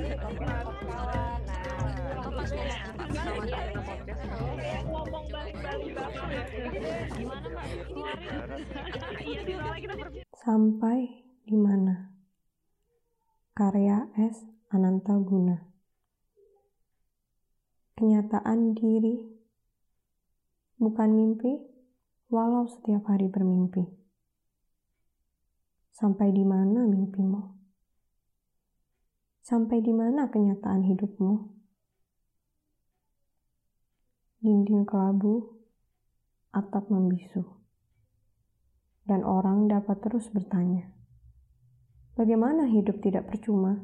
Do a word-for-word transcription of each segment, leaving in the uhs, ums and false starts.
ngomong balik-balik gimana Mbak? Iya sih soalnya kita ber- Sampai di mana? Karya S. Anantaguna. Kenyataan diri bukan mimpi, walau setiap hari bermimpi. Sampai di mana mimpimu? Sampai di mana kenyataan hidupmu? Dinding kelabu, atap membisu. Dan orang dapat terus bertanya, bagaimana hidup tidak percuma?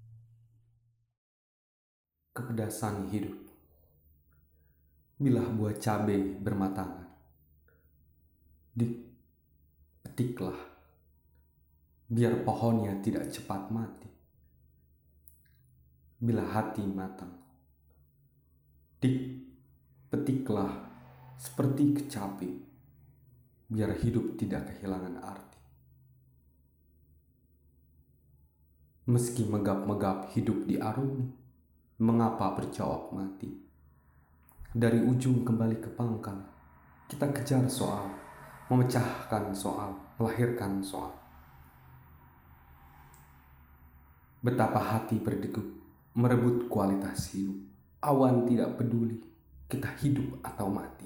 Kepedasan hidup. Bilah buah cabai bermatangan, dipetiklah, biar pohonnya tidak cepat mati. Bila hati matang, dipetiklah seperti kecapi, biar hidup tidak kehilangan arti. Meski megap-megap hidup diarungi, mengapa berjawab mati? Dari ujung kembali ke pangkal, kita kejar soal, memecahkan soal, melahirkan soal. Betapa hati berdegup, merebut kualitas hidup. Awan tidak peduli, kita hidup atau mati.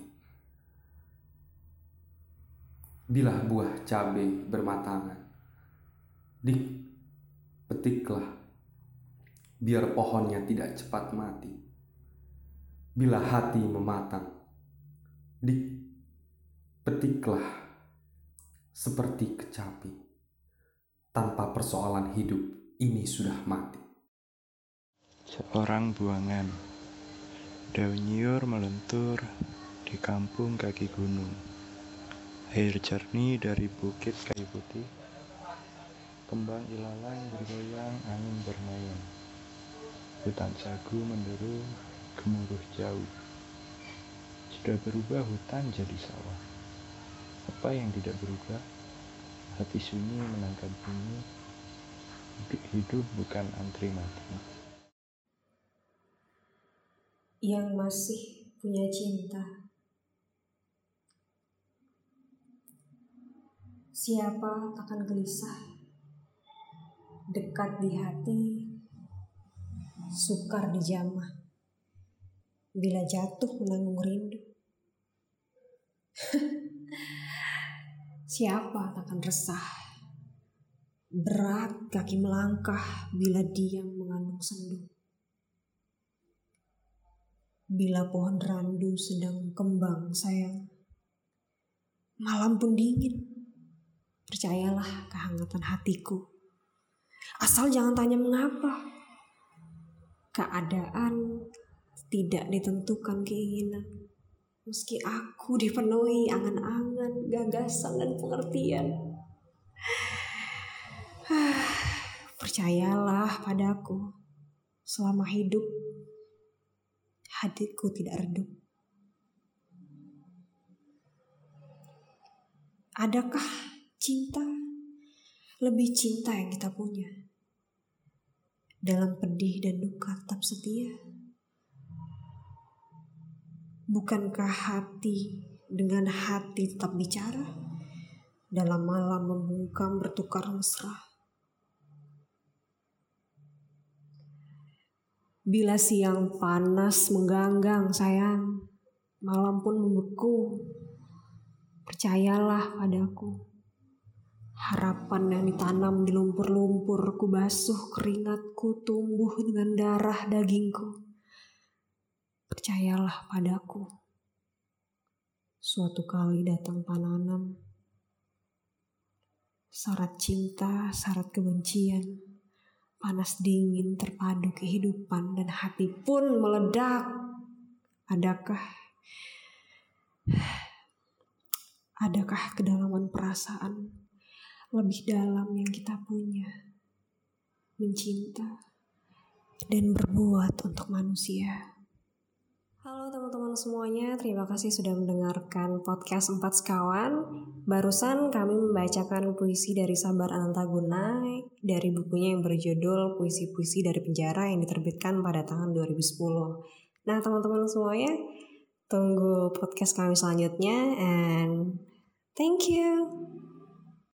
Bila buah cabai bermatangan, dipetiklah, biar pohonnya tidak cepat mati. Bila hati mematang, dipetiklah seperti kecapi. Tanpa persoalan hidup, ini sudah mati. Seorang buangan, daun nyiur melentur di kampung kaki gunung. Air jernih dari bukit kayu putih, kembang ilalang bergoyang, angin bermain. Hutan sagu menderu, gemuruh jauh. Sudah berubah hutan jadi sawah. Apa yang tidak berubah? Hati sunyi menangkap bunyi. Hidup bukan antri mati. Yang masih punya cinta, siapa takkan gelisah, dekat di hati, sukar di jamah, bila jatuh menanggung rindu. Siapa takkan resah, berat kaki melangkah bila diam mengandung sendu. Bila pohon randu sedang kembang sayang, malam pun dingin, percayalah kehangatan hatiku. Asal jangan tanya mengapa, keadaan tidak ditentukan keinginan. Meski aku dipenuhi angan-angan, gagasan dan pengertian. Percayalah padaku, selama hidup hatiku tidak redup. Adakah cinta lebih cinta yang kita punya? Dalam pedih dan duka tetap setia. Bukankah hati dengan hati tetap bicara? Dalam malam membungkam bertukar mesra. Bila siang panas mengganggang sayang, malam pun membeku. Percayalah padaku, harapan yang ditanam di lumpur-lumpur ku basuh keringatku tumbuh dengan darah dagingku. Percayalah padaku, suatu kali datang pananam, syarat cinta, syarat kebencian, panas dingin terpadu kehidupan dan hati pun meledak. Adakah Adakah kedalaman perasaan lebih dalam yang kita punya, mencinta dan berbuat untuk manusia? Halo teman-teman semuanya, terima kasih sudah mendengarkan podcast Empat Sekawan. Barusan kami membacakan puisi dari Sabar Anantaguna dari bukunya yang berjudul Puisi-Puisi dari Penjara yang diterbitkan pada tahun dua ribu sepuluh. Nah teman-teman semuanya, tunggu podcast kami selanjutnya and thank you.